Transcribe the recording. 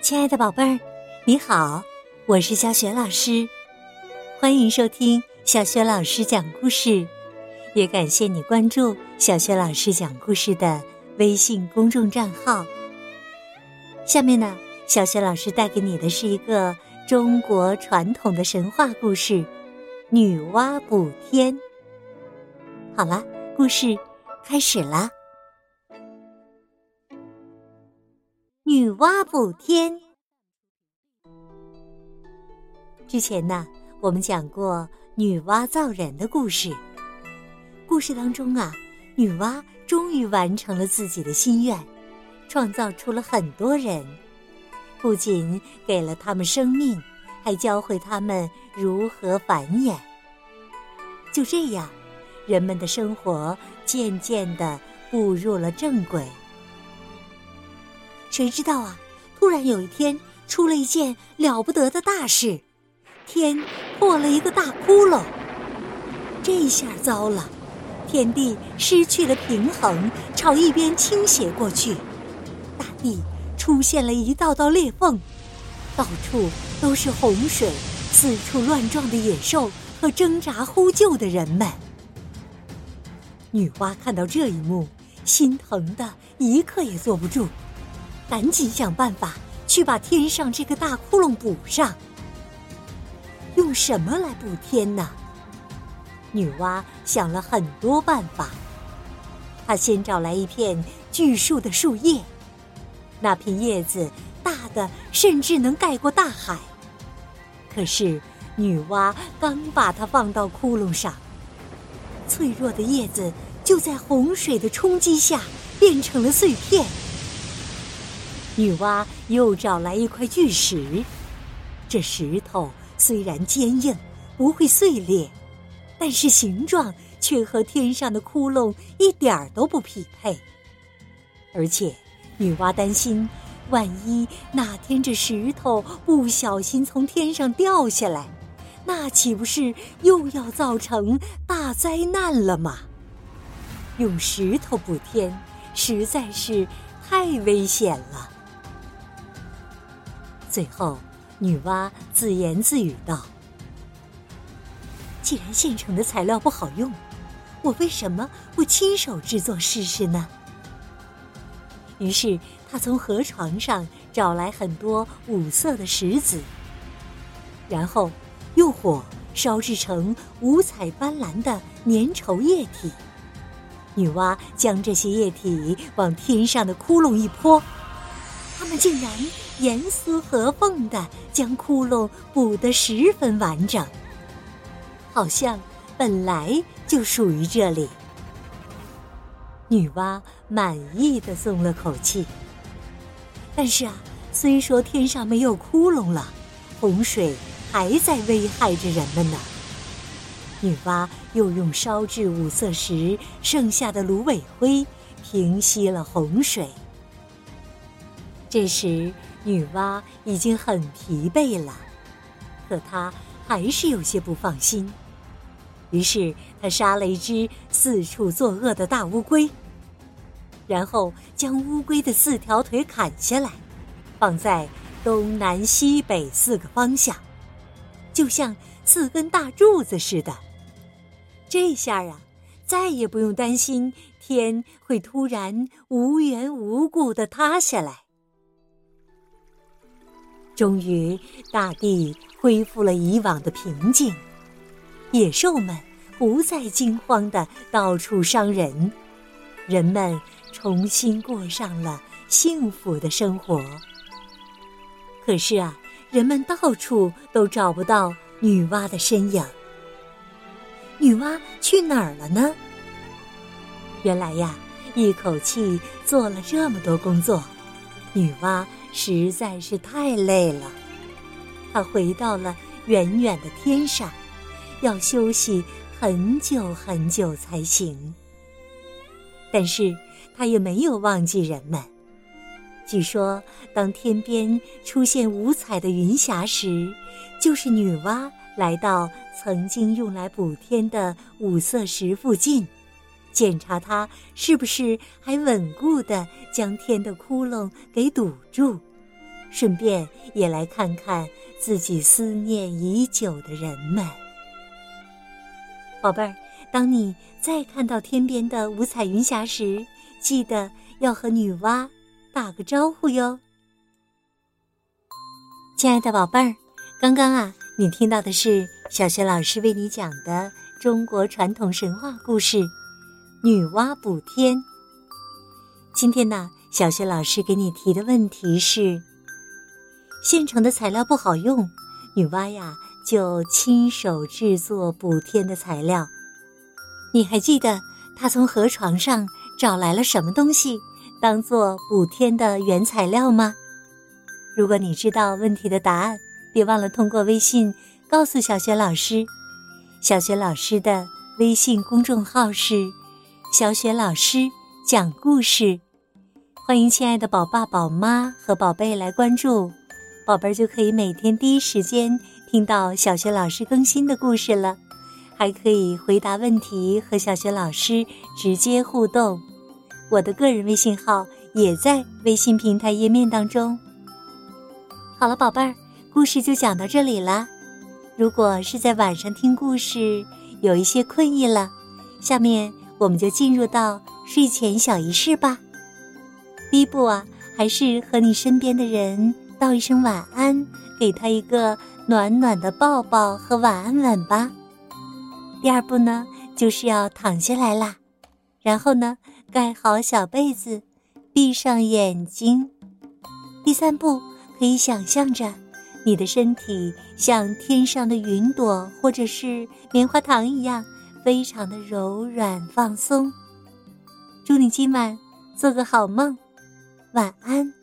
亲爱的宝贝儿，你好，我是小雪老师，欢迎收听小雪老师讲故事，也感谢你关注小雪老师讲故事的微信公众账号。下面呢，小雪老师带给你的是一个中国传统的神话故事——女娲补天。好了，故事开始啦。女娲补天。之前呢，我们讲过女娲造人的故事。故事当中啊，女娲终于完成了自己的心愿，创造出了很多人，不仅给了他们生命，还教会他们如何繁衍。就这样，人们的生活渐渐地步入了正轨。谁知道啊，突然有一天出了一件了不得的大事，天破了一个大窟窿。这下糟了，天地失去了平衡，朝一边倾斜过去，大地出现了一道道裂缝，到处都是洪水，四处乱撞的野兽和挣扎呼救的人们。女娲看到这一幕，心疼的一刻也坐不住，赶紧想办法去把天上这个大窟窿补上。用什么来补天呢？女娲想了很多办法。她先找来一片巨树的树叶，那片叶子大的甚至能盖过大海。可是女娲刚把它放到窟窿上，脆弱的叶子就在洪水的冲击下变成了碎片。女娲又找来一块巨石，这石头虽然坚硬，不会碎裂，但是形状却和天上的窟窿一点儿都不匹配。而且女娲担心，万一哪天这石头不小心从天上掉下来，那岂不是又要造成大灾难了吗？用石头补天实在是太危险了。最后女娲自言自语道，既然现成的材料不好用，我为什么不亲手制作试试呢？于是她从河床上找来很多五色的石子，然后用火烧制成五彩斑斓的粘稠液体。女娲将这些液体往天上的窟窿一泼，它们竟然严丝合缝地将窟窿补得十分完整，好像本来就属于这里。女娲满意地松了口气。但是啊，虽说天上没有窟窿了，洪水还在危害着人们呢。女娲又用烧制五色石剩下的芦苇灰平息了洪水。这时女娲已经很疲惫了，可她还是有些不放心。于是她杀了一只四处作恶的大乌龟，然后将乌龟的4条腿砍下来，放在东南西北4个方向，就像4根大柱子似的。这下啊，再也不用担心天会突然无缘无故地塌下来。终于大地恢复了以往的平静，野兽们不再惊慌地到处伤人，人们重新过上了幸福的生活。可是啊，人们到处都找不到女娲的身影。女娲去哪儿了呢？原来呀，一口气做了这么多工作，女娲实在是太累了。她回到了远远的天上，要休息很久很久才行。但是她也没有忘记人们。据说当天边出现五彩的云霞时，就是女娲来到曾经用来补天的五色石附近，检查它是不是还稳固地将天的窟窿给堵住， 顺便也来看看自己思念已久的人们。宝贝儿，当你再看到天边的五彩云霞时，记得要和女娲打个招呼哟。亲爱的宝贝儿，刚刚你听到的是小学老师为你讲的中国传统神话故事《女娲补天》。今天呢，小学老师给你提的问题是：现成的材料不好用，女娲呀就亲手制作补天的材料。你还记得她从河床上找来了什么东西当做补天的原材料吗？如果你知道问题的答案，别忘了通过微信告诉小学老师。小学老师的微信公众号是小雪老师讲故事，欢迎亲爱的宝爸宝妈和宝贝来关注，宝贝儿就可以每天第一时间听到小学老师更新的故事了，还可以回答问题和小学老师直接互动。我的个人微信号也在微信平台页面当中。好了，宝贝儿，故事就讲到这里了。如果是在晚上听故事有一些困意了，下面我们就进入到睡前小仪式吧。第一步还是和你身边的人道一声晚安，给他一个暖暖的抱抱和晚安吻吧。第二步呢，就是要躺下来啦，然后呢，盖好小被子，闭上眼睛。第三步，可以想象着你的身体像天上的云朵或者是棉花糖一样，非常的柔软放松。祝你今晚做个好梦，晚安。